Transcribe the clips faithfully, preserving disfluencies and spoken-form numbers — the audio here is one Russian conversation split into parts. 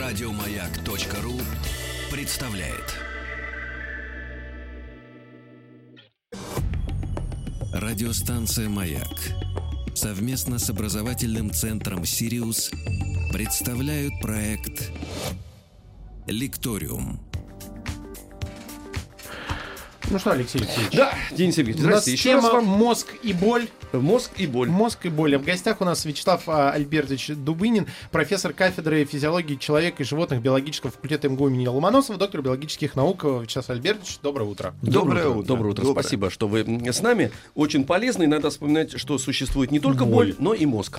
Радиомаяк.ру представляет. Радиостанция «Маяк» совместно с образовательным центром «Сириус» представляют проект «Лекториум». Ну что, Алексей Алексеевич? Да, Денис Сергеевич, здравствуйте. Еще тема раз вам «Мозг и боль». Мозг и боль. Мозг и боль. А в гостях у нас Вячеслав а, Альбертович Дубынин, профессор кафедры физиологии человека и животных биологического факультета МГУ имени Ломоносова, доктор биологических наук. Вячеслав Альбертович, доброе утро. Доброе утро. Доброе утро. Доброе. Спасибо, что вы с нами. Очень полезно, и надо вспоминать, что существует не только боль, боль но и мозг.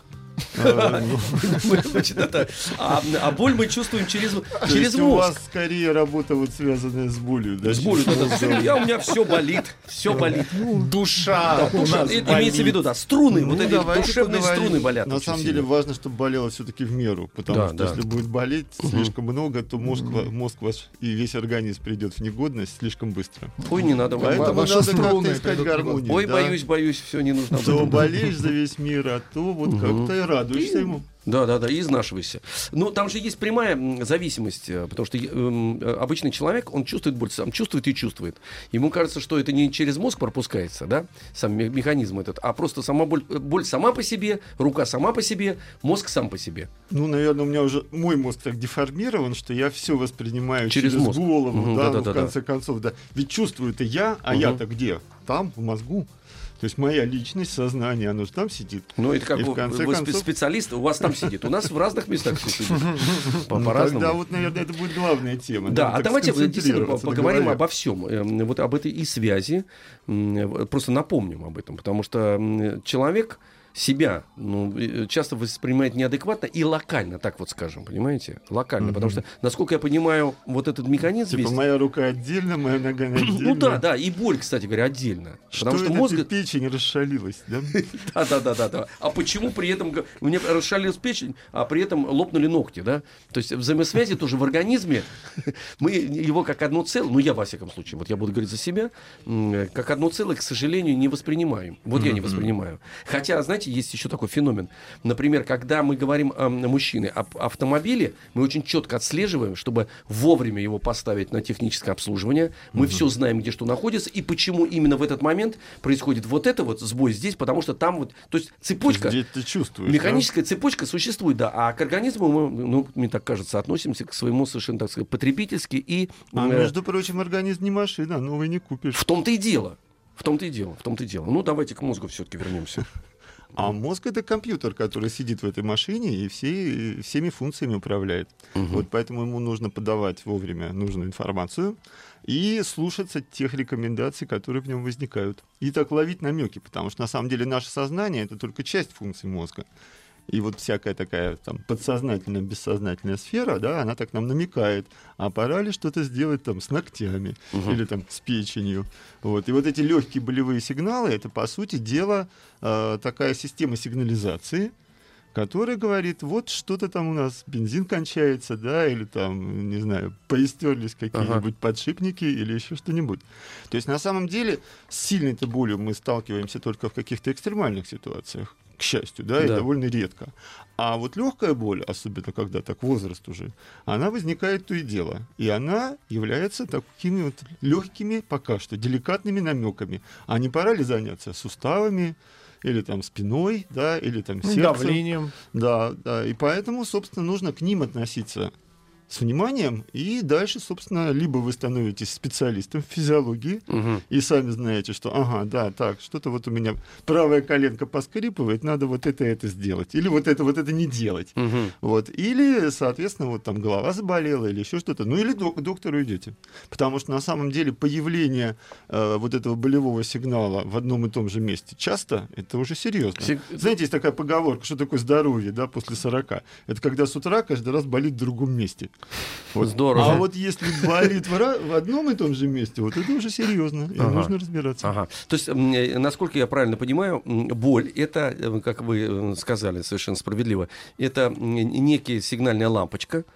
Значит, это, а, а боль мы чувствуем через, через мозг. У вас скорее работа вот связанная с болью. Да, с болью. Да, я, у меня все болит. Все болит. Душа. Да, душа имеется в виду, да, струны. Ну, вот эти душевные поговорим. Струны болят. На самом деле важно, чтобы болело все-таки в меру. Потому да, что да. если будет болеть слишком много, то мозг, мозг ваш и весь организм придет в негодность слишком быстро. Ой, не надо. Поэтому надо как-то искать гармонию. Ой, боюсь, боюсь, все не нужно. То болеешь за весь мир, а то вот как-то радуешься ему. Да, да, да, и изнашивайся. Но там же есть прямая зависимость, потому что э, обычный человек, он чувствует боль, сам чувствует и чувствует. Ему кажется, что это не через мозг пропускается, да, сам механизм этот, а просто сама боль, боль сама по себе, рука сама по себе, мозг сам по себе. Ну, наверное, у меня уже мой мозг так деформирован, что я все воспринимаю через, через голову, угу, да, да, ну, да, в конце да. концов, да. Ведь чувствую-то я, а угу. я-то где? Там, в мозгу. То есть моя личность, сознание, оно же там сидит. Ну, это как и вы, вы концов... специалист, у вас там сидит. У нас в разных местах все сидит. По-разному. Да, вот, наверное, это будет главная тема. Да, а давайте действительно поговорим обо всем. Вот об этой и связи. Просто напомним об этом. Потому что человек себя ну, часто воспринимает неадекватно и локально, так вот скажем, понимаете? Локально, mm-hmm. потому что, насколько я понимаю, вот этот механизм... Типа весь... моя рука отдельно, моя нога отдельно. Ну да, да, и боль, кстати говоря, отдельно. Что потому что мозг... печень расшалилась, да? Да-да-да. А почему при этом... У меня расшалилась печень, а при этом лопнули ногти, да? То есть взаимосвязи тоже в организме. Мы его как одно целое, ну я во всяком случае, вот я буду говорить за себя, как одно целое, к сожалению, не воспринимаем. Вот я не воспринимаю. Хотя, знаете, есть еще такой феномен. Например, когда мы говорим о мужчине об автомобиле, мы очень четко отслеживаем, чтобы вовремя его поставить на техническое обслуживание. Мы угу. все знаем, где что находится, и почему именно в этот момент происходит вот это вот сбой здесь, потому что там вот, то есть цепочка, то есть, ты чувствуешь, механическая да? цепочка существует, да, а к организму мы, ну, мне так кажется, относимся к своему совершенно, так сказать, потребительски и... А, э, между прочим, организм не машина, новый не купишь. В том-то и дело. В том-то и дело, в том-то и дело. Ну, давайте к мозгу все-таки вернемся. А мозг — это компьютер, который сидит в этой машине и все, всеми функциями управляет. Угу. Вот поэтому ему нужно подавать вовремя нужную информацию и слушаться тех рекомендаций, которые в нем возникают. И так ловить намеки, потому что на самом деле наше сознание — это только часть функций мозга. И вот всякая такая там подсознательная, бессознательная сфера, да, она так нам намекает, а пора ли что-то сделать там с ногтями uh-huh. или там с печенью. Вот. И вот эти легкие болевые сигналы, это, по сути дела, э, такая система сигнализации, которая говорит, вот что-то там у нас, бензин кончается, да, или там, не знаю, поистерлись какие-нибудь uh-huh. подшипники или еще что-нибудь. То есть на самом деле с сильной-то болью мы сталкиваемся только в каких-то экстремальных ситуациях. К счастью, да, да, и довольно редко. А вот легкая боль, особенно когда так возраст уже, она возникает то и дело. И она является такими вот легкими, пока что, деликатными намеками. А не пора ли заняться суставами, или там спиной, да, или там сердцем. Давлением. Да, да. И поэтому, собственно, нужно к ним относиться с вниманием, и дальше, собственно, либо вы становитесь специалистом в физиологии, угу. и сами знаете, что, ага, да, так, что-то вот у меня правая коленка поскрипывает, надо вот это это сделать, или вот это вот это не делать. Угу. Вот. Или, соответственно, вот там голова заболела, или еще что-то, ну или к доктору идете. Потому что на самом деле появление э, вот этого болевого сигнала в одном и том же месте часто, это уже серьезно. Сиг... Знаете, есть такая поговорка, что такое здоровье, да, после сорока. Это когда с утра каждый раз болит в другом месте. Вот. Здорово. А вот если болит в, в одном и том же месте, вот это уже серьезно, и ага. нужно разбираться. Ага. То есть, насколько я правильно понимаю, боль — это, как вы сказали совершенно справедливо, это некая сигнальная лампочка,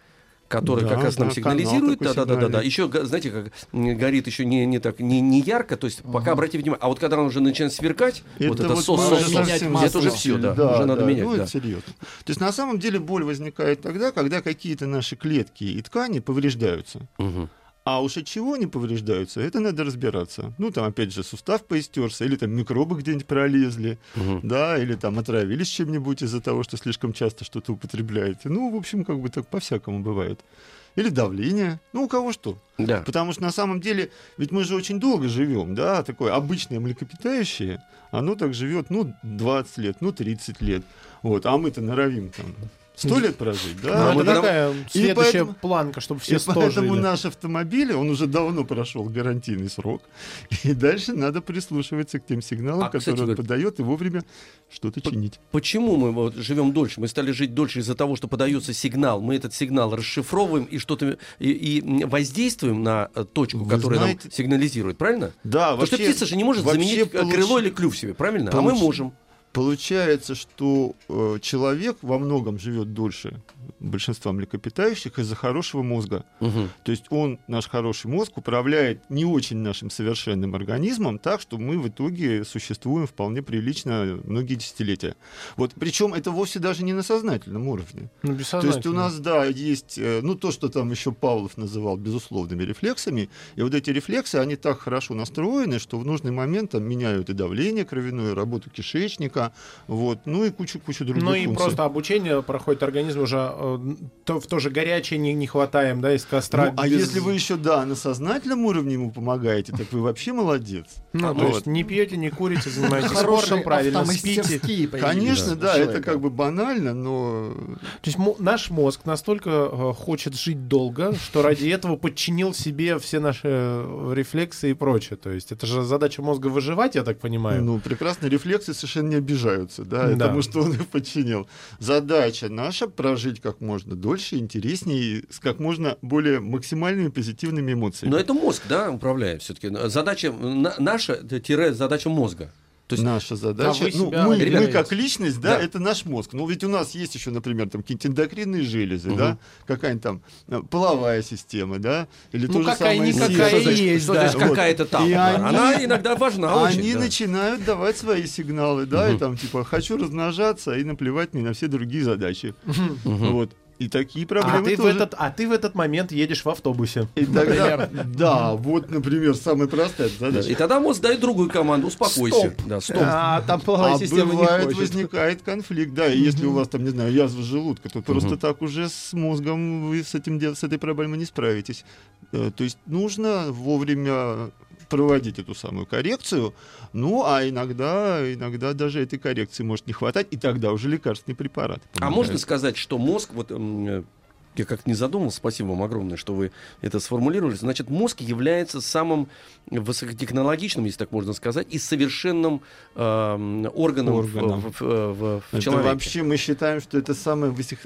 который Да, как раз нам да, сигнализирует. канал такой Да-да-да. сигнальный. Еще, га- знаете, как м, горит еще не, не так, не, не ярко, то есть пока обратите внимание. А вот когда он уже начинает сверкать, вот это вот сос, мы сос, уже сос, совсем это уже запустили. все, да, уже надо менять. Ну, да. это серьезно. То есть на самом деле боль возникает тогда, когда какие-то наши клетки и ткани повреждаются. Мгм. А уж от чего они повреждаются, это надо разбираться. Ну, там, опять же, сустав поистерся, или там микробы где-нибудь пролезли, Мгм. да, или там отравились чем-нибудь из-за того, что слишком часто что-то употребляете. Ну, в общем, как бы так по-всякому бывает. Или давление, ну, у кого что. Да. Потому что на самом деле, ведь мы же очень долго живем, да, такое обычное млекопитающее, оно так живет, ну, двадцать лет, ну, тридцать лет. Вот, а мы-то норовим там сто лет прожить, Ну, да. это вот нам- такая следующая поэтому- планка, чтобы И все сто поэтому жили. наш автомобиль, он уже давно прошел гарантийный срок, и дальше надо прислушиваться к тем сигналам, А, которые кстати он говоря, подает, и вовремя что-то П- чинить. Почему мы вот живем дольше? Мы стали жить дольше из-за того, что подается сигнал. Мы этот сигнал расшифровываем и что-то и, и воздействуем на э, точку, Вы которая знаете- нам сигнализирует, правильно? Да, Потому что птица же не может вообще заменить э, получ- крыло или клюв себе, правильно? А мы получ- можем. Получается, что э, человек во многом живет дольше большинства млекопитающих из-за хорошего мозга. Мгм. То есть он, наш хороший мозг, управляет не очень нашим совершенным организмом так, что мы в итоге существуем вполне прилично многие десятилетия. Вот, причем это вовсе даже не на сознательном уровне. Ну, То бессознательно. есть у нас, да, есть, э, ну, то, что там еще Павлов называл безусловными рефлексами, и вот эти рефлексы, они так хорошо настроены, что в нужный момент там меняют и давление кровяное, и работу кишечника, вот, ну и кучу-кучу других Ну и функций. просто обучение проходит, организм уже э, то, в то же горячее не, не хватаем, да, из костра. Ну, а без- если вы еще, да, на сознательном уровне ему помогаете, так вы вообще молодец. Ну, то Вот. есть не пьете, не курите, занимаетесь Хорошие спортом, правильно спите. автомастерские появились Конечно, у да, это человека. как бы банально, но... То есть мо- наш мозг настолько э, хочет жить долго, что ради этого подчинил себе все наши э, рефлексы и прочее. То есть это же задача мозга выживать, я так понимаю. Ну, прекрасно, рефлексы совершенно не обижаются, да, Да. потому что он их подчинил. Задача наша прожить как можно дольше, интереснее, и с как можно более максимальными позитивными эмоциями. Но это мозг, да, управляет все-таки. Задача на- наша, это тире задача мозга. То есть Наша задача, А вы ну, себя мы, ребята, мы как личность, да, да. это наш мозг. Ну, ведь у нас есть еще, например, там какие-то эндокринные железы, Мгм. да, какая-нибудь там э, половая система, да, или Ну, то же какая-никакая самое что и значит- есть, что да. значит Вот. какая-то там. И да. они- Она иногда важна очень. Они да. начинают давать свои сигналы, да, и Мгм. там типа хочу размножаться и наплевать мне на все другие задачи. Мгм. Вот. И такие А проблемы ты, в тоже. этот, а ты в этот момент едешь в автобусе. И тогда, да, вот, например, самая простая Да. задача. И тогда мозг дает другую команду. Успокойся. Стоп. Да, стоп. А там половая А система не бывает, хочет. возникает конфликт, да, и если у вас там, не знаю, язва желудка, то просто так уже с мозгом вы с, этим, дел- с этой проблемой не справитесь. Э, То есть нужно вовремя проводить эту самую коррекцию, ну, а иногда, иногда даже этой коррекции может не хватать, и тогда уже лекарственный препарат. А можно сказать, что мозг, вот м, я как-то не задумался, спасибо вам огромное, что вы это сформулировали. Значит, мозг является самым высокотехнологичным, если так можно сказать, и совершенным эм, органом, в- Органом. В, в- в- в Это человеке. вообще мы считаем, что это самая высох-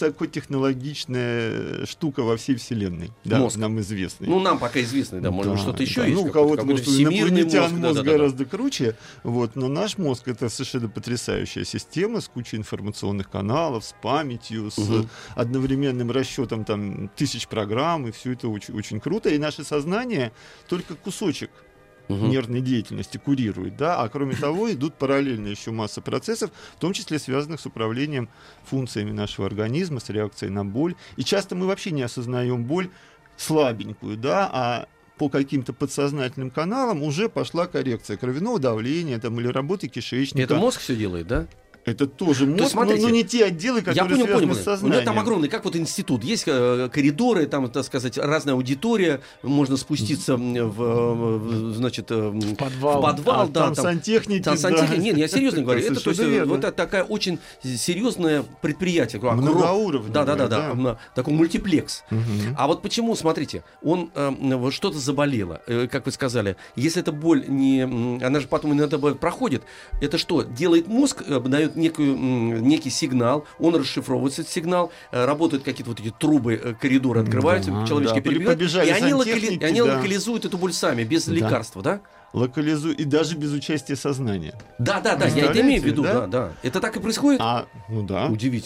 высокотехнологичная штука во всей Вселенной, да, Мозг. нам известный. Ну, нам пока известно, да, может быть, Да, что-то еще да. есть. Ну, у какой-то- кого-то, какой-то может, у всемирный инопланетян мозг, мозг, да-да-да. гораздо круче, вот, но наш мозг — это совершенно потрясающая система с кучей информационных каналов, с памятью, с Мгм. одновременным расчетом там, тысяч программ, и все это очень, очень круто. И наше сознание только кусочек Мгм. нервной деятельности курирует, да, а кроме того идут параллельно еще масса процессов, в том числе связанных с управлением функциями нашего организма, с реакцией на боль. И часто мы вообще не осознаем боль слабенькую, да, а по каким-то подсознательным каналам уже пошла коррекция кровяного давления там, или работы И кишечника. это мозг все делает, да? Это тоже мозг, есть, смотрите, но, но не те отделы, Я которые понял, связаны понял. с У сознанием. меня там огромный, как вот институт. Есть э, коридоры, там, так сказать, разная аудитория. Можно спуститься м, в, в, значит, э, м, Подвал. в подвал, А, да, там, там. сантехники, Там сантехника. да. Нет, я серьезно говорю. Это, то есть, Совершенно э, верно. вот это такая очень серьезное предприятие. Огром- Многоуровневое, Да, да, да, да. да. м, Такой мультиплекс. Мгм. А вот почему, смотрите, он э, вот что-то заболело, э, как вы сказали, если эта боль не, м, она же потом иногда бывает проходит, это что делает мозг, э, дает некую, м, некий сигнал, он расшифровывается этот сигнал, э, работают какие-то вот эти трубы, э, коридоры открываются, Да, человечки да, перебегают, побежали и они, сантехники, локали- они да. локализуют эту боль сами, без Да. лекарства, да? Локализуй, и даже без участия сознания. Да, да, да, я это имею в виду, да, Представляете, да. Это так и происходит? А, ну да. Удивительно.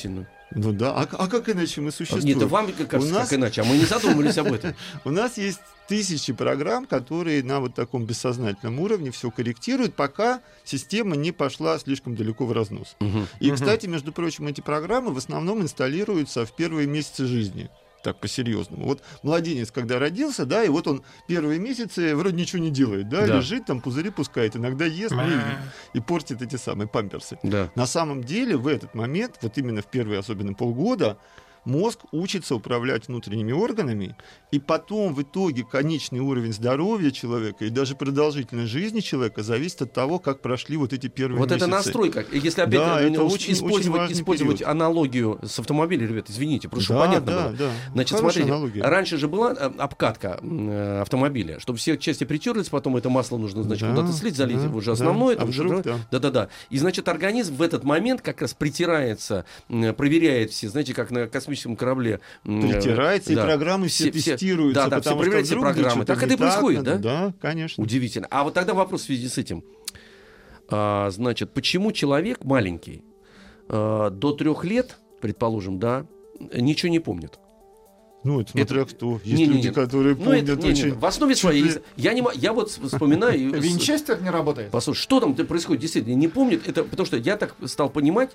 Ну да, а, а как иначе мы существуем? Нет, это вам как, У нас- как иначе, а мы не задумывались об этом. У нас есть тысячи программ, которые на вот таком бессознательном уровне все корректируют, пока система не пошла слишком далеко в разнос. Мгм. И, Мгм. кстати, между прочим, эти программы в основном инсталируются в первые месяцы жизни. Так, по-серьезному. Вот младенец, когда родился, да, и вот он первые месяцы вроде ничего не делает, да, Да. лежит, там пузыри пускает, иногда ест, ну, и, и портит эти самые памперсы. Да. На самом деле в этот момент, вот именно в первые особенно полгода, мозг учится управлять внутренними органами, и потом в итоге конечный уровень здоровья человека и даже продолжительность жизни человека зависит от того, как прошли вот эти первые Вот месяцы. это настройка. Если опять Да, э, это уж очень- очень использовать, важный использовать период. аналогию с автомобилем, ребят, извините, просто чтобы Да, понятно да, было. да. Значит, Хорошая смотрите, аналогия. раньше же была э, обкатка э, автомобиля, чтобы все части притерлись, потом это масло нужно, значит, Да, куда-то слить, залить да, его уже да. основное. А там вдруг что-то- там? Да-да-да. И, значит, организм в этот момент как раз притирается, м, проверяет все, знаете, как на космическом корабле. м, Притирается, да. и программы все, Все- все- тестируются, да, да, все потому что проверяются вдруг программы. что-то Так это и не происходит, надо. да? Да, конечно. Удивительно. А вот тогда вопрос в связи с этим. А, значит, почему человек маленький а, до трех лет, предположим, да, ничего не помнит? Ну, это смотря кто. Есть Не-не-не. люди, которые Ну, помнят это, не, не, очень... в основе своей, чуть есть- я, не, мо- я вот с- вспоминаю... и с- Винчестер не работает. Послушай, что там происходит, действительно, не помнит, это потому что я так стал понимать,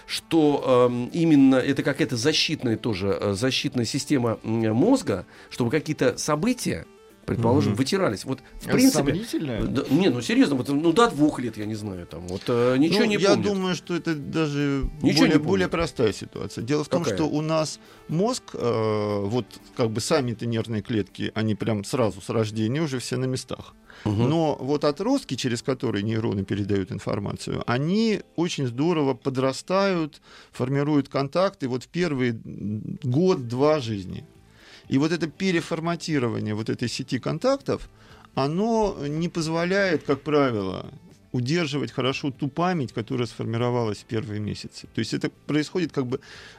что эм, именно это какая-то защитная тоже, э, защитная система м, мозга, чтобы какие-то события, предположим, Мгм. вытирались. Вот, в Это принципе... сомнительно. Да, не, ну серьезно, вот, ну до двух лет, я не знаю, там, вот э, ничего Ну, не я помнит. думаю, что это даже Ничего не более, помнит. более простая ситуация. Дело в том, Какая? что у нас мозг, э, вот как бы сами-то нервные клетки, они прям сразу с рождения уже все на местах. Мгм. Но вот отростки, через которые нейроны передают информацию, они очень здорово подрастают, формируют контакты вот в первый год-два жизни. И вот это переформатирование вот этой сети контактов, оно не позволяет, как правило, удерживать хорошо ту память, которая сформировалась в первые месяцы. То есть это происходит как бы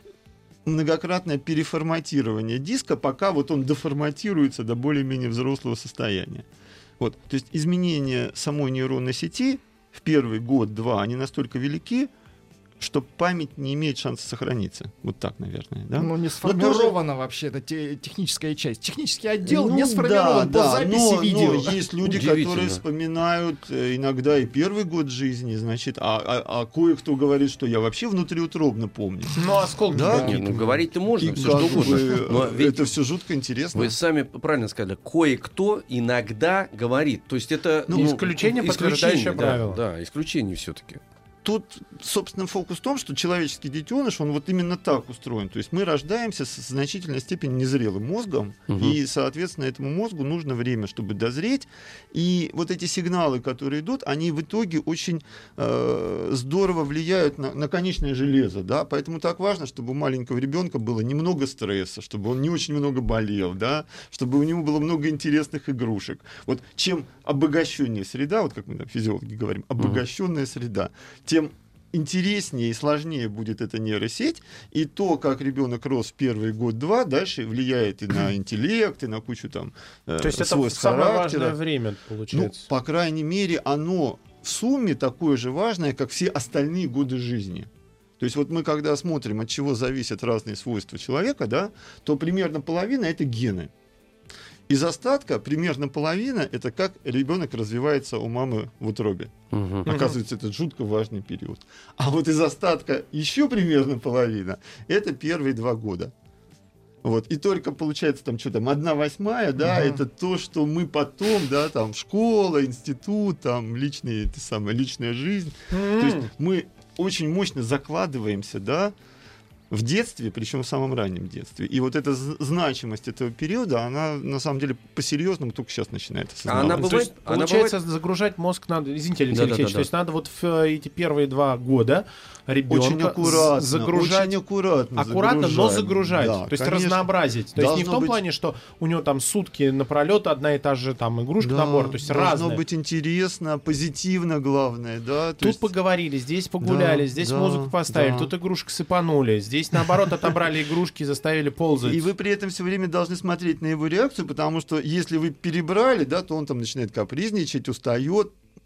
многократное переформатирование диска, пока вот он деформатируется до более-менее взрослого состояния. Вот. То есть изменения самой нейронной сети в первый год-два, они настолько велики, что память не имеет шанса сохраниться. Вот так, наверное. Да? Ну, не сформирована вообще эта те- техническая часть. Технический отдел Ну не сформирован да, по да, записи но, видео. но есть люди, Удивительно. которые вспоминают э, иногда и первый год жизни, значит, а, а, а кое-кто говорит, что я вообще внутриутробно помню. Ну, осколки Да? какие-то. Нет, ну говорить-то можно, И все как что угодно. бы, Но э, ведь это все жутко интересно. вы сами правильно сказали, кое-кто иногда говорит. То есть это... Ну, исключение, подтверждающее да, правило. Да, исключение все-таки. Тут, собственно, фокус в том, что человеческий детеныш, он вот именно так устроен. То есть мы рождаемся с значительной степенью незрелым мозгом, Мгм. и, соответственно, этому мозгу нужно время, чтобы дозреть. И вот эти сигналы, которые идут, они в итоге очень э, здорово влияют на, на конечное железо. Да? Поэтому так важно, чтобы у маленького ребенка было немного стресса, чтобы он не очень много болел, да? Чтобы у него было много интересных игрушек. Вот чем обогащеннее среда, вот как мы там, физиологи говорим, обогащенная среда, тем интереснее и сложнее будет эта нейросеть, и то, как ребенок рос в первый год-два, дальше влияет и на интеллект, и на кучу там э, То есть это свойств самое характера. важное время, Ну, получается. по крайней мере, оно в сумме такое же важное, как все остальные годы жизни. То есть вот мы, когда смотрим, от чего зависят разные свойства человека, да, то примерно половина — это гены. Из остатка примерно половина — это как ребенок развивается у мамы в утробе. Мгм. Оказывается, это жутко важный период. А вот из остатка еще примерно половина — это первые два года. Вот. И только получается там что там, одна восьмая, да, Мгм. это то, что мы потом, да, там школа, институт, там личные, это самое, личная жизнь. То есть мы очень мощно закладываемся, да, в детстве, причем в самом раннем детстве. И вот эта з- значимость этого периода, она на самом деле по-серьезному только сейчас начинает осознаваться. она То бывает- есть, она получается, загружать мозг надо, извините, Алексей Да-да-да-да. Алексеевич, то есть надо вот в э, эти первые два года ребенка Очень аккуратно, загружать. очень аккуратно, Аккуратно, но загружаем. загружать. Да, то есть конечно. разнообразить. То есть не в Должно том быть- плане, что у него там сутки напролет одна и та же там игрушка, Да, набор, то есть должно разные. быть интересно, позитивно, главное, да. То Тут есть- поговорили, здесь погуляли, Да, здесь да, музыку поставили, да. тут игрушек сыпанули, здесь наоборот отобрали игрушки и заставили ползать. И вы при этом все время должны смотреть на его реакцию, потому что если вы перебрали, да, то он там начинает капризничать, устает.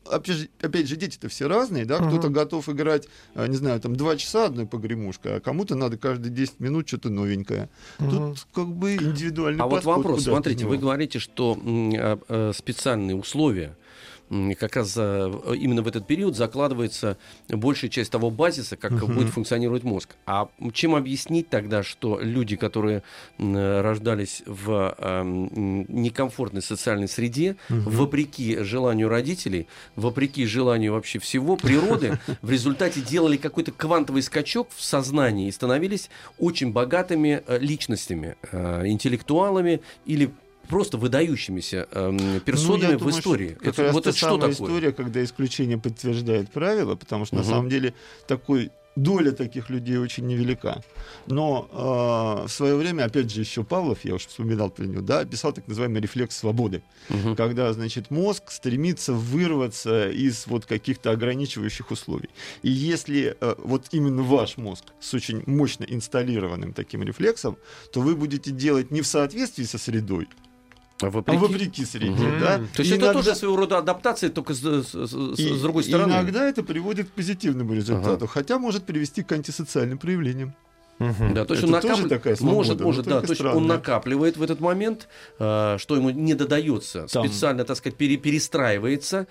опять же, опять же дети-то все разные, да, uh-huh. кто-то готов играть, не знаю, там два часа одной погремушкой, а кому-то надо каждые десять минут что-то новенькое. Uh-huh. Тут как бы индивидуальный а подход. А вот вопрос, смотрите, вы говорите, что м, специальные условия, как раз именно в этот период закладывается большая часть того базиса, как uh-huh. будет функционировать мозг. А чем объяснить тогда, что люди, которые рождались в некомфортной социальной среде, uh-huh. вопреки желанию родителей, вопреки желанию вообще всего природы, в результате делали какой-то квантовый скачок в сознании и становились очень богатыми личностями, интеллектуалами или просто выдающимися э, персонами ну, в думаю, истории. Как это, раз вот та это самая что история, когда исключение подтверждает правило, потому что угу. на самом деле такой доля таких людей очень невелика. Но э, в свое время, опять же, еще Павлов, я уже вспоминал про него, да, описал так называемый рефлекс свободы, угу. когда, значит, мозг стремится вырваться из вот каких-то ограничивающих условий. И если э, вот именно ваш мозг с очень мощно инсталлированным таким рефлексом, то вы будете делать не в соответствии со средой, А вопреки, а вопреки среде, угу. да? То есть иногда... это тоже своего рода адаптация, только с, с, с, и, с другой стороны. Иногда это приводит к позитивному результату, ага. хотя может привести к антисоциальным проявлениям. Угу. Да, то есть это он накапли... такая свобода, может, может, да, то есть он накапливает в этот момент, э, что ему не додается, Там. специально, так сказать, пере, перестраивается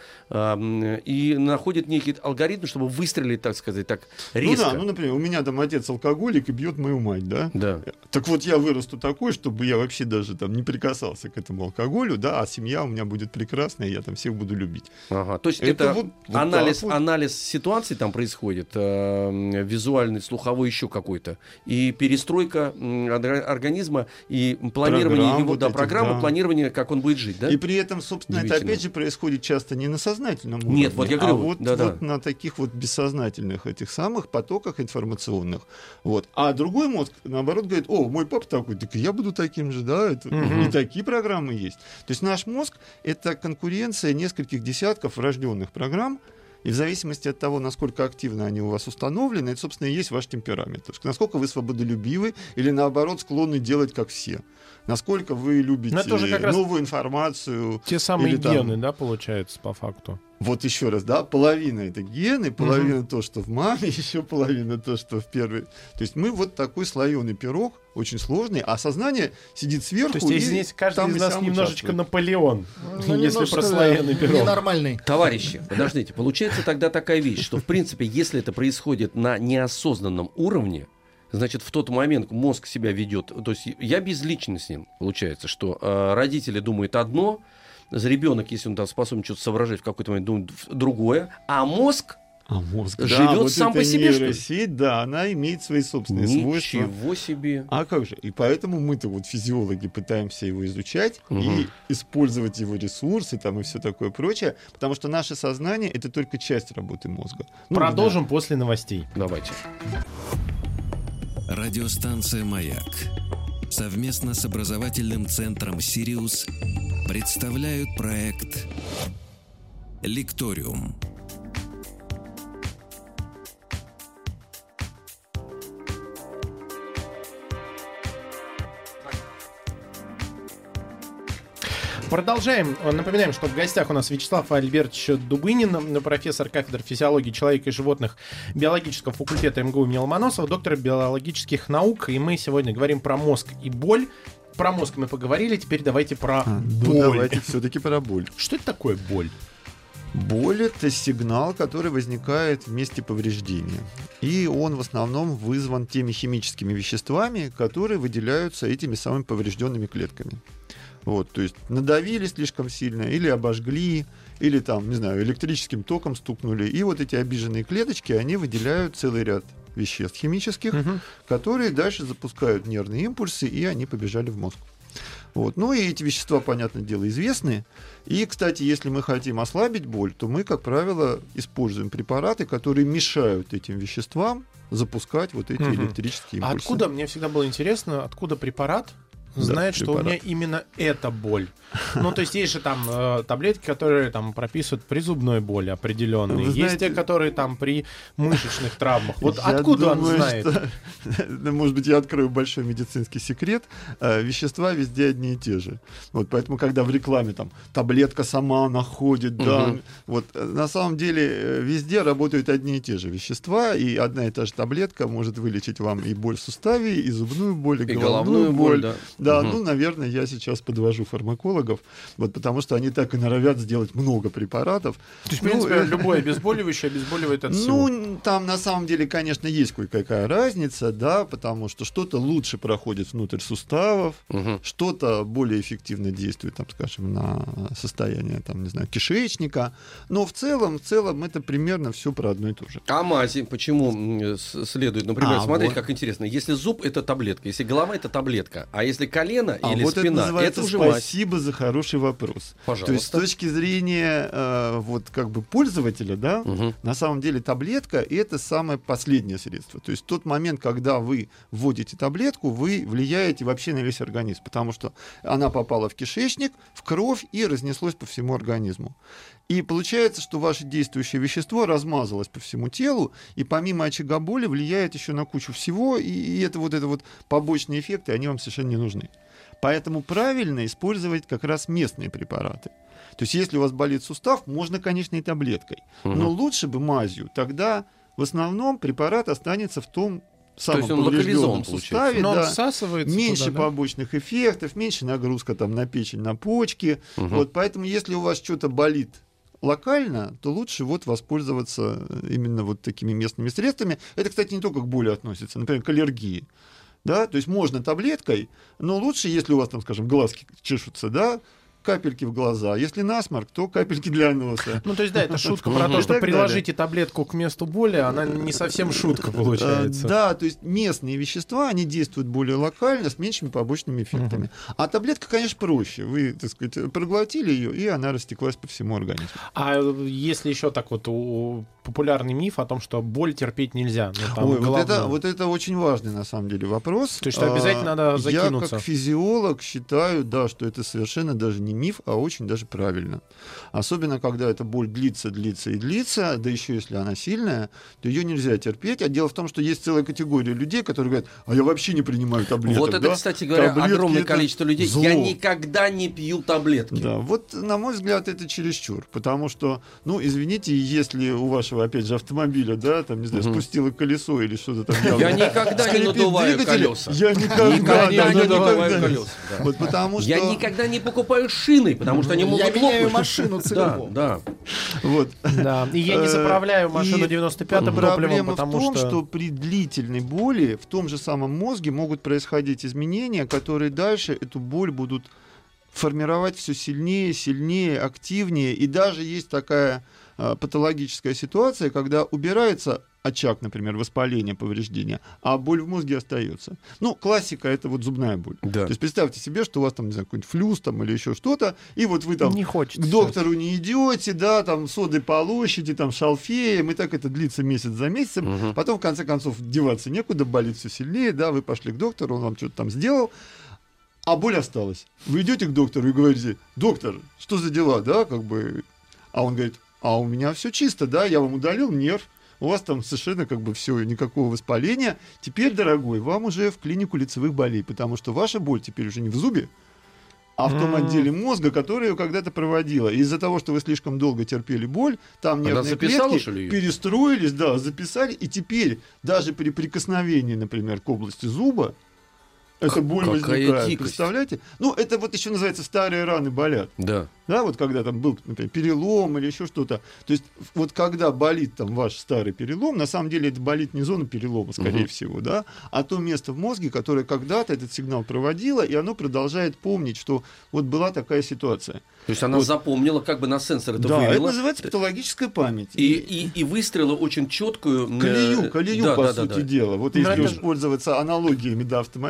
э, и находит некий алгоритм, чтобы выстрелить, так сказать, так резко. Ну да, ну, например, у меня там отец алкоголик и бьет мою мать, да? Да. Так вот я вырасту такой, чтобы я вообще даже там не прикасался к этому алкоголю, да, а семья у меня будет прекрасная, я там всех буду любить. Ага, то есть это, это вот, вот анализ, вот. анализ ситуации там происходит, э, визуальный, слуховой, еще какой-то. И перестройка организма, и планирование Программ, его, вот да, программы, да. планирование, как он будет жить, да? И при этом, собственно, это опять же происходит часто не на сознательном уровне, Нет, вот я говорю, а вот, да, вот да. на таких вот бессознательных этих самых потоках информационных. Вот. А другой мозг, наоборот, говорит: о, мой папа такой, так и я буду таким же, да, это, угу. и такие программы есть. То есть наш мозг — это конкуренция нескольких десятков врожденных программ, и в зависимости от того, насколько активно они у вас установлены, это, собственно, и есть ваш темперамент. То есть, насколько вы свободолюбивы или, наоборот, склонны делать как все. Насколько вы любите новую информацию. Те самые или, гены, там... да, получается, по факту? Вот еще раз, да, половина — это гены, половина угу. то, что в маме, еще половина то, что в первой. То есть мы вот такой слоеный пирог, очень сложный, а сознание сидит сверху. То есть здесь каждый из нас немножечко Наполеон, ну, если про слоеный пирог. Ненормальный. Товарищи, подождите, получается тогда такая вещь, что в принципе, если это происходит на неосознанном уровне, значит, в тот момент мозг себя ведет, то есть я безличностен, получается, что э, родители думают одно, ребенок, если он там способен что-то соображать, в какой-то момент думает другое, а мозг, а мозг живет да, вот сам по себе, что ли? Да, она имеет свои собственные Ничего свойства. Ничего себе. А как же? И поэтому мы-то вот физиологи пытаемся его изучать угу. и использовать его ресурсы там и все такое прочее, потому что наше сознание — это только часть работы мозга. Ну, Продолжим да. после новостей. Давайте. Радиостанция «Маяк» совместно с образовательным центром «Сириус» представляют проект «Лекториум». Продолжаем. Напоминаем, что в гостях у нас Вячеслав Альбертович Дубынин, профессор кафедры физиологии человека и животных биологического факультета эм гэ у имени Ломоносова, доктор биологических наук. И мы сегодня говорим про мозг и боль. Про мозг мы поговорили, теперь давайте про а, боль. Ну, давайте все-таки про боль. Что это такое боль? Боль — это сигнал, который возникает в месте повреждения. И он в основном вызван теми химическими веществами, которые выделяются этими самыми поврежденными клетками. Вот, то есть надавили слишком сильно, или обожгли, или там, не знаю, электрическим током стукнули. И вот эти обиженные клеточки, они выделяют целый ряд веществ химических, угу. которые дальше запускают нервные импульсы, и они побежали в мозг. Вот. Ну и эти вещества, понятное дело, известны. И, кстати, если мы хотим ослабить боль, то мы, как правило, используем препараты, которые мешают этим веществам запускать вот эти угу. электрические импульсы. А откуда, мне всегда было интересно, откуда препарат, знает, да, что у меня именно эта боль. Ну, то есть есть же там э, таблетки, которые там прописывают при зубной боли определенные. Вы Есть знаете, те, которые там при мышечных травмах. Вот я откуда думаю, он знает? Что... Может быть, я открою большой медицинский секрет. Э, вещества везде одни и те же. Вот поэтому, когда в рекламе там таблетка сама находит, да, Мгм. вот э, на самом деле э, везде работают одни и те же вещества, и одна и та же таблетка может вылечить вам и боль в суставе, и зубную боль, и, И головную, головную боль, да. Да, Мгм. ну, наверное, я сейчас подвожу фармакологов, вот потому что они так и норовят сделать много препаратов. То есть, в Ну, принципе, э, любое обезболивающее обезболивает от всего. Ну, там на самом деле, конечно, есть кое-какая разница, да, потому что что-то лучше проходит внутрь суставов, Мгм. что-то более эффективно действует, там, скажем, на состояние, там, не знаю, кишечника. Но в целом, в целом это примерно все про одно и то же. А мази почему м, с- следует? Например, А, смотрите, вот. как интересно. Если зуб — это таблетка, если голова — это таблетка, а если колено А или вот это спина — это называется уже мазь. спасибо за хороший вопрос. Пожалуйста. То есть с точки зрения э, вот как бы пользователя, да, Мгм. на самом деле таблетка — это самое последнее средство. То есть в тот момент, когда вы вводите таблетку, вы влияете вообще на весь организм, потому что она попала в кишечник, в кровь и разнеслась по всему организму. И получается, что ваше действующее вещество размазалось по всему телу, и помимо очага боли влияет еще на кучу всего, и, и это вот это вот побочные эффекты, они вам совершенно не нужны. Поэтому правильно использовать как раз местные препараты. То есть если у вас болит сустав, можно, конечно, и таблеткой, Мгм. но лучше бы мазью. Тогда в основном препарат останется в том самом есть он поврежденном локализован, суставе, Но он да. всасывается Меньше туда, да? побочных эффектов, меньше нагрузка там на печень, на почки. Мгм. Вот, поэтому если у вас что-то болит локально, то лучше вот воспользоваться именно вот такими местными средствами. Это, кстати, не только к боли относится, например, к аллергии. Да? То есть можно таблеткой, но лучше, если у вас там, скажем, глазки чешутся, да, капельки в глаза. Если насморк, то капельки для носа. Ну, то есть, да, это шутка про И то, что так далее. приложите таблетку к месту боли, она не совсем шутка получается. Э, Да, то есть местные вещества, они действуют более локально, с меньшими побочными эффектами. А таблетка, конечно, проще. Вы, так сказать, проглотили ее, и она растеклась по всему организму. А если еще так вот у- популярный миф о том, что боль терпеть нельзя. Ну, там Ой, вот, головную. это, вот это очень важный, на самом деле, вопрос. То есть, что обязательно А, надо закинуться. Я, как физиолог, считаю, да, что это совершенно даже не миф, а очень даже правильно. Особенно, когда эта боль длится, длится и длится, да еще если она сильная, то ее нельзя терпеть. А дело в том, что есть целая категория людей, которые говорят, а я вообще не принимаю таблеток. Вот это, да? кстати говоря, Таблетки огромное это количество людей. зло. Я никогда не пью таблетки. Да, вот, на мой взгляд, это чересчур, потому что, ну, извините, если у вашего, опять же, автомобиля, да, там, не знаю, Мгм. спустило колесо или что-то там. Я явно никогда не скрипит надуваю двигатель, колеса. Я никогда, Никогда да, не надуваю никогда. колеса. да. Вот потому что... Я никогда не покупаю шины, потому что они могут Я меняю лопнуть. машину Да, целиком. да. Вот. Да, и я не Э, заправляю машину и девяносто пятым топливом, Проблема потому в том, что... что... при длительной боли в том же самом мозге могут происходить изменения, которые дальше эту боль будут формировать все сильнее, сильнее, активнее. И даже есть такая а, патологическая ситуация, когда убирается очаг, например, воспаления, повреждения, а боль в мозге остается. Ну, классика — это вот зубная боль. Да. То есть представьте себе, что у вас там, не знаю, какой-нибудь флюс там или еще что-то, и вот вы там Не хочется. к доктору не идете, да, там соды полощите, там шалфеем, и так это длится месяц за месяцем. Мгм. Потом, в конце концов, деваться некуда, болит все сильнее, да, вы пошли к доктору, он вам что-то там сделал, а боль осталась. Вы идете к доктору и говорите, доктор, что за дела, да, как бы, а он говорит, а у меня все чисто, да, я вам удалил нерв, у вас там совершенно как бы все, никакого воспаления. Теперь, дорогой, вам уже в клинику лицевых болей, потому что ваша боль теперь уже не в зубе, а в том М. отделе мозга, который ее когда-то проводила. И из-за того, что вы слишком долго терпели боль, там Она нервные записала, клетки что ли, её? перестроились, да, записали, и теперь даже при прикосновении, например, к области зуба, эта боль какая возникает. дикость. Представляете? Ну, это вот еще называется старые раны болят. Да. Да, вот когда там был, например, перелом или еще что-то. То есть вот когда болит там ваш старый перелом, на самом деле это болит не зона перелома, скорее Мгм. всего, да, а то место в мозге, которое когда-то этот сигнал проводило, и оно продолжает помнить, что вот была такая ситуация. То есть она Вот. запомнила, как бы на сенсор это да, это вывела. называется патологическая память. И, и, и выстроила очень четкую... э, Колею, колею, да, по да, да, сути да. дела. Вот Ну, если это уж же- пользоваться аналогиями, да, автомобильными,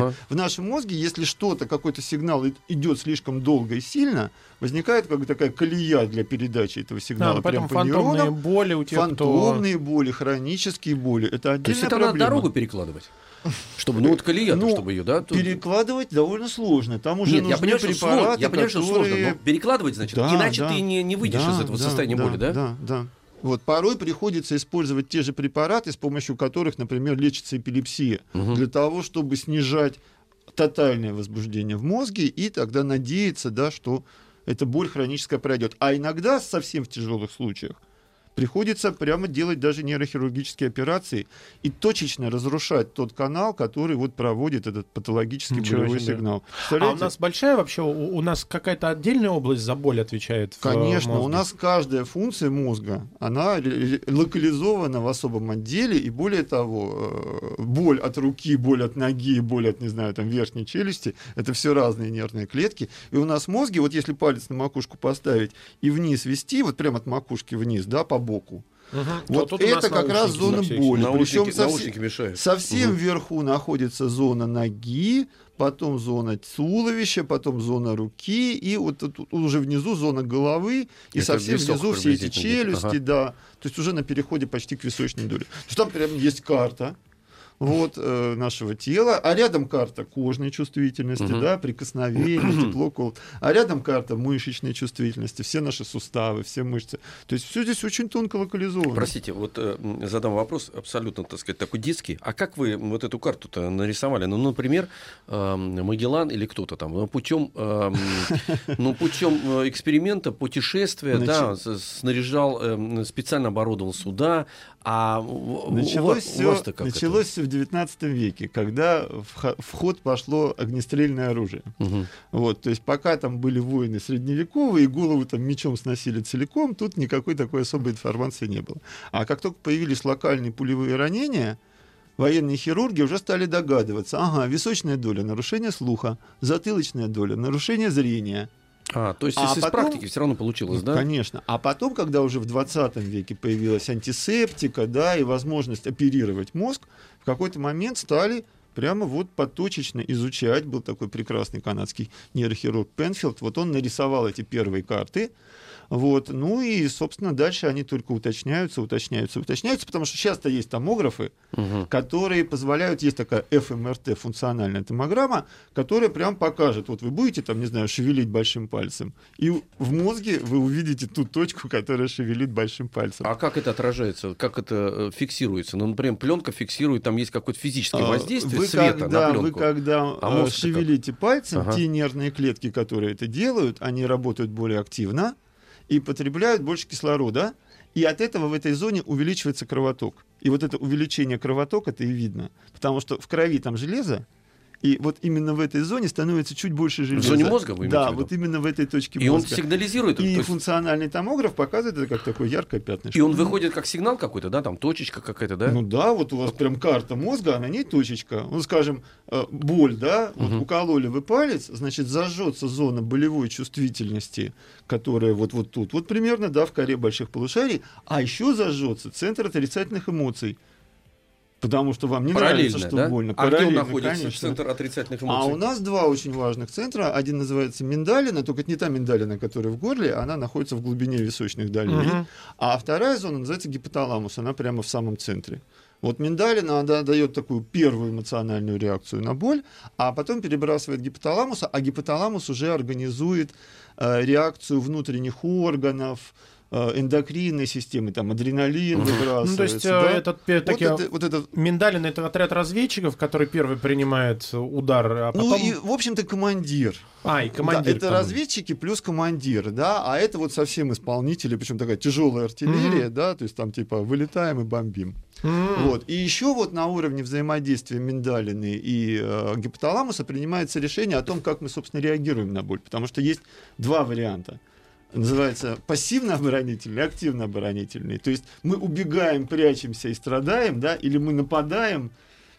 Ага. В нашем мозге, если что-то, какой-то сигнал и- идет слишком долго и сильно, возникает как бы такая колея для передачи этого Да, сигнала ну, прямо поэтому по фантомные нейронам. боли у тех, Фантомные боли, хронические боли. Это То есть отдельная это надо проблема. дорогу перекладывать? Чтобы, ну вот колея, Ну, чтобы ее, да? тут- Перекладывать довольно сложно. Там уже Нет, нужны я понимаю, что препараты, сложно, я понимаю, что сложно, которые... но перекладывать, значит, Да, иначе да. ты не, не выйдешь Да, из этого да, состояния да, боли, да? Да, да. Вот порой приходится использовать те же препараты, с помощью которых, например, лечится эпилепсия, Мгм. для того, чтобы снижать тотальное возбуждение в мозге и тогда надеяться, да, что эта боль хроническая пройдет. А иногда, совсем в тяжелых случаях, приходится прямо делать даже нейрохирургические операции и точечно разрушать тот канал, который вот проводит этот патологический Ничего болевой себе. сигнал. А у Представляете? нас большая вообще, у, у нас какая-то отдельная область за боль отвечает? в, э, Конечно, мозге? у нас каждая функция мозга, она ре- локализована в особом отделе, и более того, э, боль от руки, боль от ноги, боль от, не знаю, там, верхней челюсти, это все разные нервные клетки. И у нас в мозге, вот если палец на макушку поставить и вниз вести, вот прямо от макушки вниз, да, по боку, Мгм. вот тут у нас это как раз наушники зона на всякий боли. случай. Наушники, Причем совсем- наушники мешают. Совсем Мгм. вверху находится зона ноги, потом зона туловища, потом зона руки, и вот тут уже внизу зона головы, и Это совсем висок внизу все эти приблизительно где-то. челюсти, Ага. да. То есть уже на переходе почти к височной доле. То есть там прям есть карта. Вот, э, нашего тела, а рядом карта кожной чувствительности, Мгм. да, прикосновение, тепло, холод, а рядом карта мышечной чувствительности, все наши суставы, все мышцы. То есть все здесь очень тонко локализовано. Простите, вот э, м, задам вопрос абсолютно, так сказать, такой детский. А как вы вот эту карту-то нарисовали? Ну, например, э, Магеллан или кто-то там, ну, путем, э, ну, путем э, эксперимента, путешествия, да, с- снаряжал, э, специально оборудовал суда, а у- у Началось вас- у все, вас-то как это? началось все в девятнадцатом веке, когда в, ха- в ход пошло огнестрельное оружие. Мгм. Вот, то есть пока там были войны средневековые, и голову там мечом сносили целиком, тут никакой такой особой информации не было. А как только появились локальные пулевые ранения, военные хирурги уже стали догадываться, ага, височная доля, нарушение слуха, затылочная доля, нарушение зрения. А, то есть А из, из потом- практики все равно получилось, Ну, да? Конечно. А потом, когда уже в двадцатом веке появилась антисептика, да, и возможность оперировать мозг, в какой-то момент стали прямо вот поточечно изучать. Был такой прекрасный канадский нейрохирург Пенфилд. Вот он нарисовал эти первые карты. Вот. Ну и, собственно, дальше они только уточняются, уточняются, уточняются, потому что часто есть томографы, Мгм. которые позволяют, есть такая эф эм эр тэ, функциональная томограмма, которая прям покажет, вот вы будете там, не знаю, шевелить большим пальцем, и в мозге вы увидите ту точку, которая шевелит большим пальцем. А как это отражается, как это э, фиксируется? Ну, например, пленка фиксирует, там есть какое-то физическое А, воздействие вы света когда, на вы пленку. когда А э, мозг-то шевелите пальцем, Ага. те нервные клетки, которые это делают, они работают более активно и потребляют больше кислорода, и от этого в этой зоне увеличивается кровоток. И вот это увеличение кровотока-то и видно, потому что в крови там железо, и вот именно в этой зоне становится чуть больше железа. зоне мозга вы имеете Да, в виду? вот именно в этой точке И он мозга. сигнализирует, И то есть- функциональный томограф показывает это как такое яркое пятнышко. и он выходит как сигнал какой-то, да, там точечка какая-то, да? Ну да, вот у вас прям карта мозга, а на ней точечка. Ну, скажем, э, боль, да, вот Мгм. укололи вы палец, значит, зажжется зона болевой чувствительности, которая вот, вот тут, вот примерно, да, в коре больших полушарий, а еще зажжется центр отрицательных эмоций. Потому что вам не Параллельно, нравится, что да? больно. А где он Параллельно, находится, конечно. центр отрицательных А эмоций? у нас два очень важных центра. Один называется миндалина, только это не та миндалина, которая в горле, она находится в глубине височных долей. Мгм. А вторая зона называется гипоталамус, она прямо в самом центре. Вот миндалина, она дает такую первую эмоциональную реакцию на боль, а потом перебрасывает гипоталамуса, а гипоталамус уже организует э, реакцию внутренних органов, э, эндокринной системы, там адреналин выбрасывается. Ну, то есть, э, да. этот, э, Вот такие- это- вот это Миндалин — это отряд разведчиков, который первый принимает удар, а потом... Ну и, в общем-то, командир. А, и командир. Да, это команды. разведчики плюс командир, да, а это вот совсем исполнители, причем такая тяжелая артиллерия, да, то есть там типа вылетаем и бомбим. М. Вот. И еще вот на уровне взаимодействия миндалины и э, гипоталамуса принимается решение о том, как мы, собственно, реагируем на боль, потому что есть два варианта. Называется пассивно-оборонительный и активно-оборонительный. То есть мы убегаем, прячемся и страдаем, да, или мы нападаем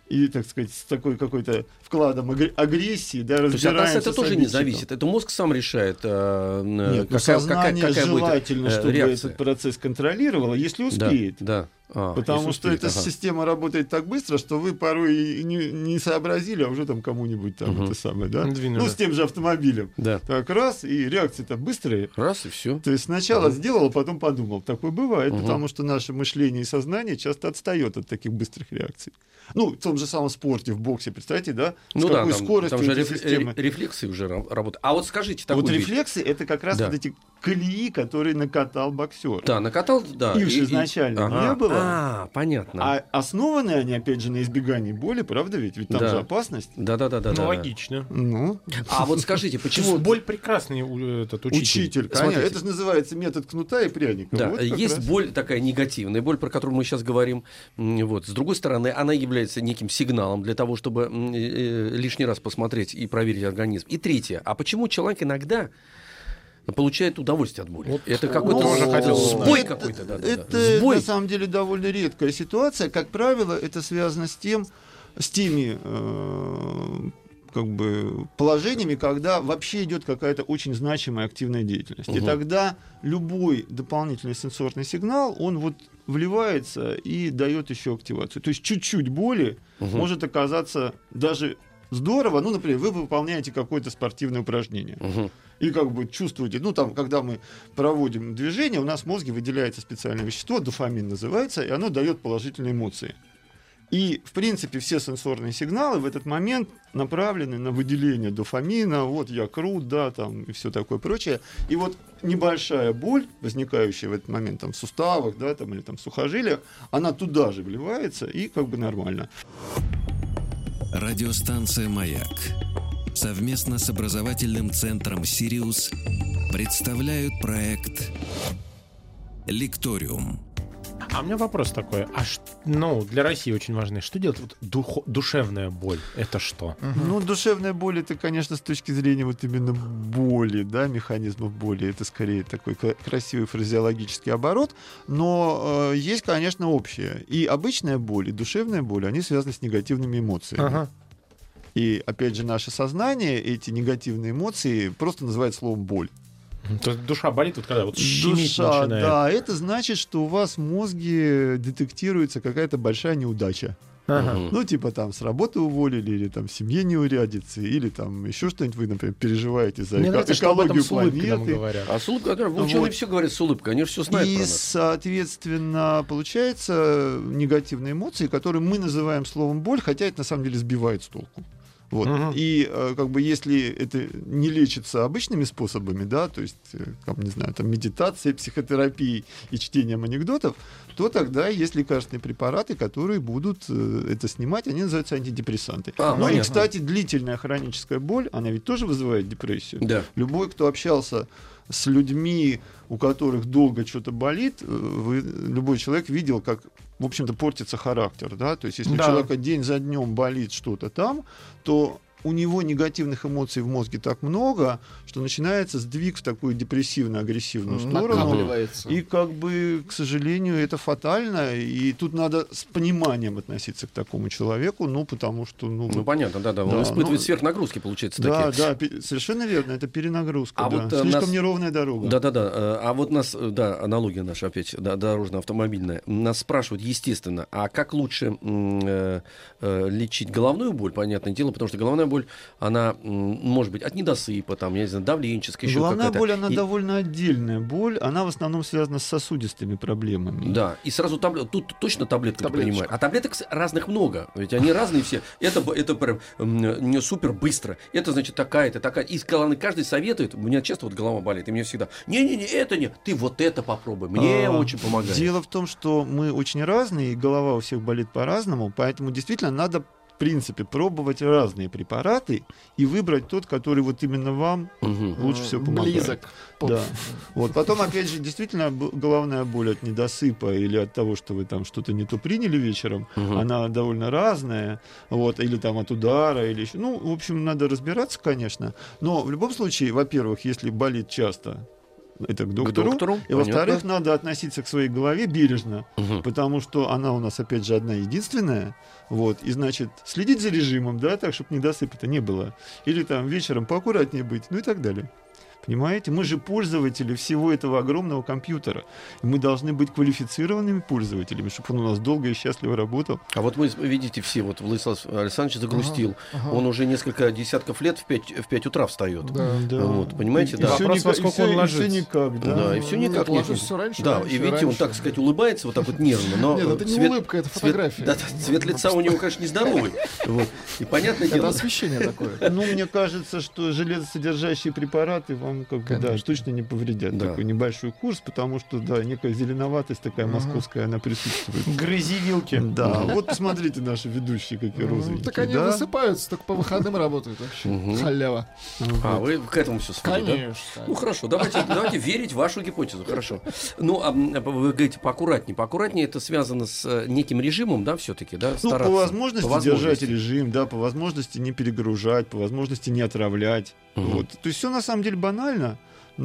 и, так сказать, с такой какой-то вкладом агр- агрессии, да, То есть от нас разбираемся это с тоже не обидчиком. зависит. Это мозг сам решает, э, Нет, ну, какая, сознание какая, какая желательно, будет э, чтобы реакция. этот процесс контролировало, если Да, успеет. да. А, Потому если что успеет, эта ага. система работает так быстро, что вы порой и не, не сообразили, а уже там кому-нибудь там Мгм. это самое, да? Двинули. Ну, с тем же автомобилем. Да. Так раз, и реакции-то быстрые. Раз и все. То есть сначала Мгм. сделал, а потом подумал. Такое бывает, Мгм. потому что наше мышление и сознание часто отстает от таких быстрых реакций. Ну, в том же самом спорте, в боксе, представьте, да? С Ну да, какой там, скоростью там же эти реф- системы. ре- рефлексы уже ра- работают. А вот скажите такую Вот вещь. рефлексы — это как раз Да. вот эти колеи, которые накатал боксер. Да, накатал, да. Их же и- и- изначально ага. не было. А, понятно. А основаны они, опять же, на избегании боли, правда ведь? Ведь там Да. же опасность. Да, да, да, да. Ну, да, да. логично. Ну, А вот скажите, почему... Боль прекрасный у- этот учитель. учитель, конечно. Смотрите. Это же называется метод кнута и пряника. Да, Вот как есть раз. боль такая негативная, боль, про которую мы сейчас говорим. М, Вот. С другой стороны, она является неким сигналом для того, чтобы м, э, э, лишний раз посмотреть и проверить организм. И третье. А почему человек иногда получает удовольствие от боли? Вот это ну, какой-то тоже хотел сбой узнать. какой-то. Да, да, да. Это Сбой. на самом деле довольно редкая ситуация. Как правило, это связано с тем, с теми э, как бы положениями, когда вообще идет какая-то очень значимая активная деятельность. И Мгм. тогда любой дополнительный сенсорный сигнал, он вот вливается и дает еще активацию. То есть чуть-чуть боли Мгм. может оказаться даже здорово. Ну, например, вы выполняете какое-то спортивное упражнение. Мгм. И как бы чувствуете, ну там, когда мы проводим движение, у нас в мозге выделяется специальное вещество, дофамин называется, и оно дает положительные эмоции. И, в принципе, все сенсорные сигналы в этот момент направлены на выделение дофамина, вот я крут, да, там, и все такое прочее. И вот небольшая боль, возникающая в этот момент там, в суставах, да, там, или там, в сухожилиях, она туда же вливается, и как бы нормально. Радиостанция «Маяк» совместно с образовательным центром «Сириус» представляют проект «Лекториум». А у меня вопрос такой. А ш- ну, для России очень важный. Что делать вот духо- душевная боль? Это что? Ну, душевная боль, это, конечно, с точки зрения вот именно боли, да, механизмов боли, это скорее такой к- красивый фразеологический оборот, но э, есть, конечно, общее. И обычная боль, и душевная боль, они связаны с негативными эмоциями. Ага. И, опять же, наше сознание эти негативные эмоции просто называет словом боль. То есть душа болит, вот когда вот щемить Душа, начинает. да, это значит, что у вас в мозге детектируется какая-то большая неудача. Ага. Мгм. Ну, типа там с работы уволили, или там в семье не урядится, или там еще что-нибудь вы, например, переживаете за Мне эко- нравится, что об этом экологию с улыбкой нам планеты. говорят. А с улыбкой, да, ученые Вот. все говорят с улыбкой, они же все знают И, про нас. соответственно, получается негативные эмоции, которые мы называем словом боль, хотя это на самом деле сбивает с толку. Вот. Мгм. И э, как бы если это не лечится обычными способами, да, то есть, э, там, не знаю, там медитацией, психотерапией и чтением анекдотов, то тогда есть лекарственные препараты, которые будут э, это снимать, они называются антидепрессанты. А, ну и, понятно. кстати, длительная хроническая боль, она ведь тоже вызывает депрессию. Да. Любой, кто общался с людьми, у которых долго что-то болит, э, вы, любой человек видел, как, в общем-то, портится характер, да, то есть если Да. у человека день за днем болит что-то там, то у него негативных эмоций в мозге так много, что начинается сдвиг в такую депрессивно-агрессивную сторону. Накапливается. И как бы, к сожалению, это фатально, и тут надо с пониманием относиться к такому человеку, ну, потому что, ну, Ну, понятно, да, да. Он Да, испытывает ну, сверхнагрузки, получается, да, такие. да, пе- совершенно верно, это перенагрузка, А да. вот, э, Слишком нас- неровная дорога. Да-да-да. э, А вот нас, э, да, аналогия наша опять, да, дорожно-автомобильная. Нас спрашивают, естественно, а как лучше м, э, э, лечить головную боль, понятное дело, потому что головная боль, она м, может быть от недосыпа, там, я не знаю, давленческая, еще Головная какая-то. боль, она И- довольно отдельная боль, она в основном связана с сосудистыми проблемами. Да, и сразу таблет... тут точно таблетку Таблеточку. принимают. А таблеток с- разных много. Ведь они разные все. Это, б- это прям м, не супер быстро. Это значит такая-то, такая. И главное, каждый советует. У меня часто вот голова болит, и мне всегда: не-не-не, это не. Ты вот это попробуй. Мне А, очень помогает. Дело в том, что мы очень разные, и голова у всех болит по-разному, поэтому действительно надо, в принципе, пробовать разные препараты и выбрать тот, который вот именно вам Мгм. лучше всего помогает. Близок. Да. Вот. Потом, опять же, действительно, б- головная боль от недосыпа или от того, что вы там что-то не то приняли вечером, Мгм. она довольно разная, вот, или там от удара, или еще. Ну, в общем, надо разбираться, конечно. Но в любом случае, во-первых, если болит часто, это к доктору. К доктору, и, во-вторых, надо относиться к своей голове бережно, Угу. потому что она у нас, опять же, одна единственная. Вот, и, значит, следить за режимом, да, так, чтобы недосыпа-то не было. Или там вечером поаккуратнее быть, ну и так далее. Понимаете? Мы же пользователи всего этого огромного компьютера. И мы должны быть квалифицированными пользователями, чтобы он у нас долго и счастливо работал. А вот мы, видите, все, вот Владислав Александрович загрустил. Ага, ага. Он уже несколько десятков лет в пять, в пять утра встает. Да. Вот, понимаете, И, да. и всё Вопрос, никак- во сколько и всё- он и всё ложится. никак, да. Да, и все Нет, никак. ложусь нет. всё раньше, Да, раньше, и видите, он, раньше. так сказать, улыбается вот так вот нервно. Но Нет, это не цвет- улыбка, это цвет- фотография. Да, да, цвет лица у него, конечно, нездоровый. Вот. И понятное Это дело. освещение такое. Ну, мне кажется, что железосодержащие препараты вам как бы, да, Конечно. точно не повредят. Да. Такой небольшой курс, потому что, да, некая зеленоватость такая Ага. московская, она присутствует. Грызи вилки. Да, вот посмотрите наши ведущие, какие Ну, розовенькие. так они да? высыпаются, только по выходным работают вообще. Мгм. Халява. А, вы к этому все сводите, да? Конечно. Ну хорошо, давайте, давайте верить в вашу гипотезу, хорошо. Ну, а м, вы говорите поаккуратнее. Поаккуратнее это связано с э, неким режимом, да, все-таки, да, Ну, стараться? по возможности, По держать режим, да, по возможности не перегружать, по возможности не отравлять. Мгм. Вот. То есть все на самом деле банально,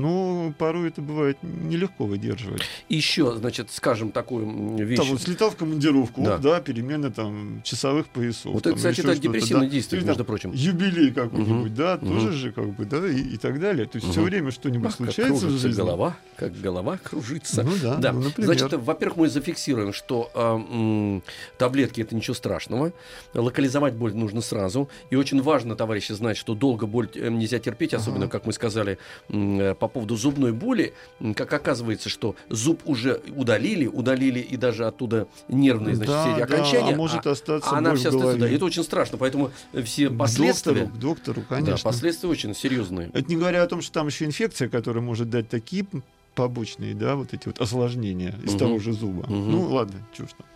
но порой это бывает нелегко выдерживать. Еще, значит, скажем такую м, вещь. Там вот слетал в командировку, Да. оп, да, перемена там часовых поясов. Вот там, это, кстати, еще это что-то, депрессивное да. действие, Или между там прочим. Юбилей какой-нибудь, Мгм. да, Мгм. тоже же как бы, да, и, и так далее. То есть все Мгм. время что-нибудь Ах, как случается в кружится жизни. голова, как голова кружится. Ну да, Да. ну, например. Значит, во-первых, мы зафиксируем, что э, м, таблетки это ничего страшного. Локализовать боль нужно сразу. И очень важно, товарищи, знать, что долго боль э, нельзя терпеть, особенно, Ага. как мы сказали, м, э, по поводу зубной боли. М, Как оказывается, что зуб уже удалили, удалили и даже оттуда нервные, значит, Да, все эти да, окончания. а может остаться а она боль в вся остается, да, голове. и это очень страшно. Поэтому все К последствия, доктору, к доктору, да, конечно. последствия очень серьезные. Это не говоря о том, что там еще инфекция, которая может дать такие п- побочные, да, вот эти вот осложнения из Мгм. того же зуба. Мгм. Ну, ладно, чушь там.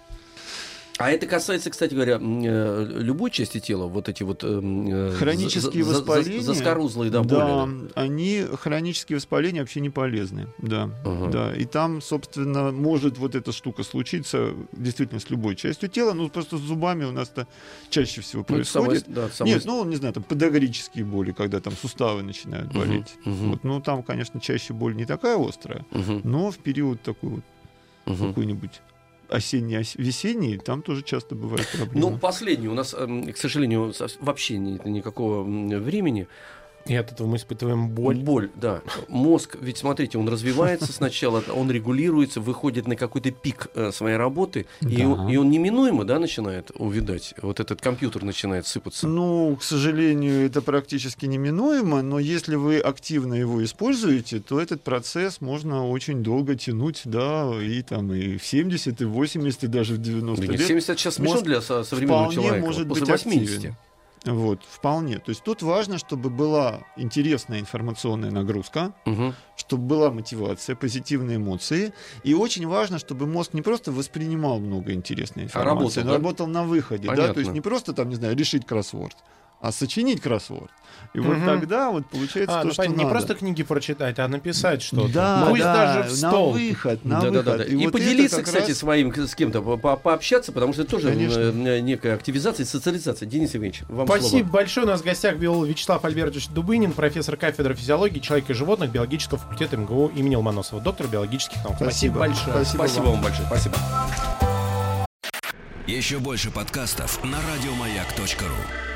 А это касается, кстати говоря, м, э, любой части тела, вот эти вот м, э, Хронические за- за- воспаления, за- заскорузлые, да, да, боли. они, хронические воспаления вообще не полезны, да, Ага. да, и там, собственно, может вот эта штука случиться действительно с любой частью тела, ну, просто с зубами у нас-то чаще всего Ну, это самое- происходит. да, самое- Нет, ну, не знаю, там подагрические боли, когда там суставы начинают Мгм, болеть. мгм. Вот, ну, там, конечно, чаще боль не такая острая, Мгм, но в период такой вот мгм. какой-нибудь осенний, ос- весенний, там тоже часто бывают проблемы. Ну, последний. У нас, эм, к сожалению, со- вообще нет никакого м, времени. И от этого мы испытываем боль. Боль, да. Мозг, ведь смотрите, он развивается сначала, он регулируется, выходит на какой-то пик э, своей работы, и, Да. он, и он неминуемо, да, начинает увядать. Вот этот компьютер начинает сыпаться. Ну, к сожалению, это практически неминуемо, но если вы активно его используете, то этот процесс можно очень долго тянуть, да, и там и в семьдесят, и в восемьдесят, и даже в девяносто Да нет, лет. семьдесят сейчас смешно Мозг для со- современного вполне человека. может После быть восьмидесяти. активен. Вот, вполне. То есть тут важно, чтобы была интересная информационная нагрузка, Мгм. чтобы была мотивация, позитивные эмоции. И очень важно, чтобы мозг не просто воспринимал много интересной информации, работал, но да? работал на выходе. Да? Понятно. То есть не просто там, не знаю, решить кроссворд, а сочинить кроссворд. И вот Мгм. тогда вот получается А, то, ну, что понятно, не надо. просто книги прочитать, а написать что-то. Да, Пусть да, даже в на стол. выход, на Да, да, выход. да, да. И, вот это поделиться, как кстати, раз- своим к- с кем-то, по- по- пообщаться, потому что это тоже Конечно. э, некая активизация и социализация. Денис Евгеньевич, вам Спасибо слово. большое. У нас в гостях был Вячеслав Альбертович Дубынин, профессор кафедры физиологии человека и животных биологического факультета эм гэ у имени Ломоносова, доктор биологических наук. Спасибо, Спасибо. большое. Спасибо. Спасибо вам большое. Спасибо. Еще больше подкастов на радиомаяк точка ру.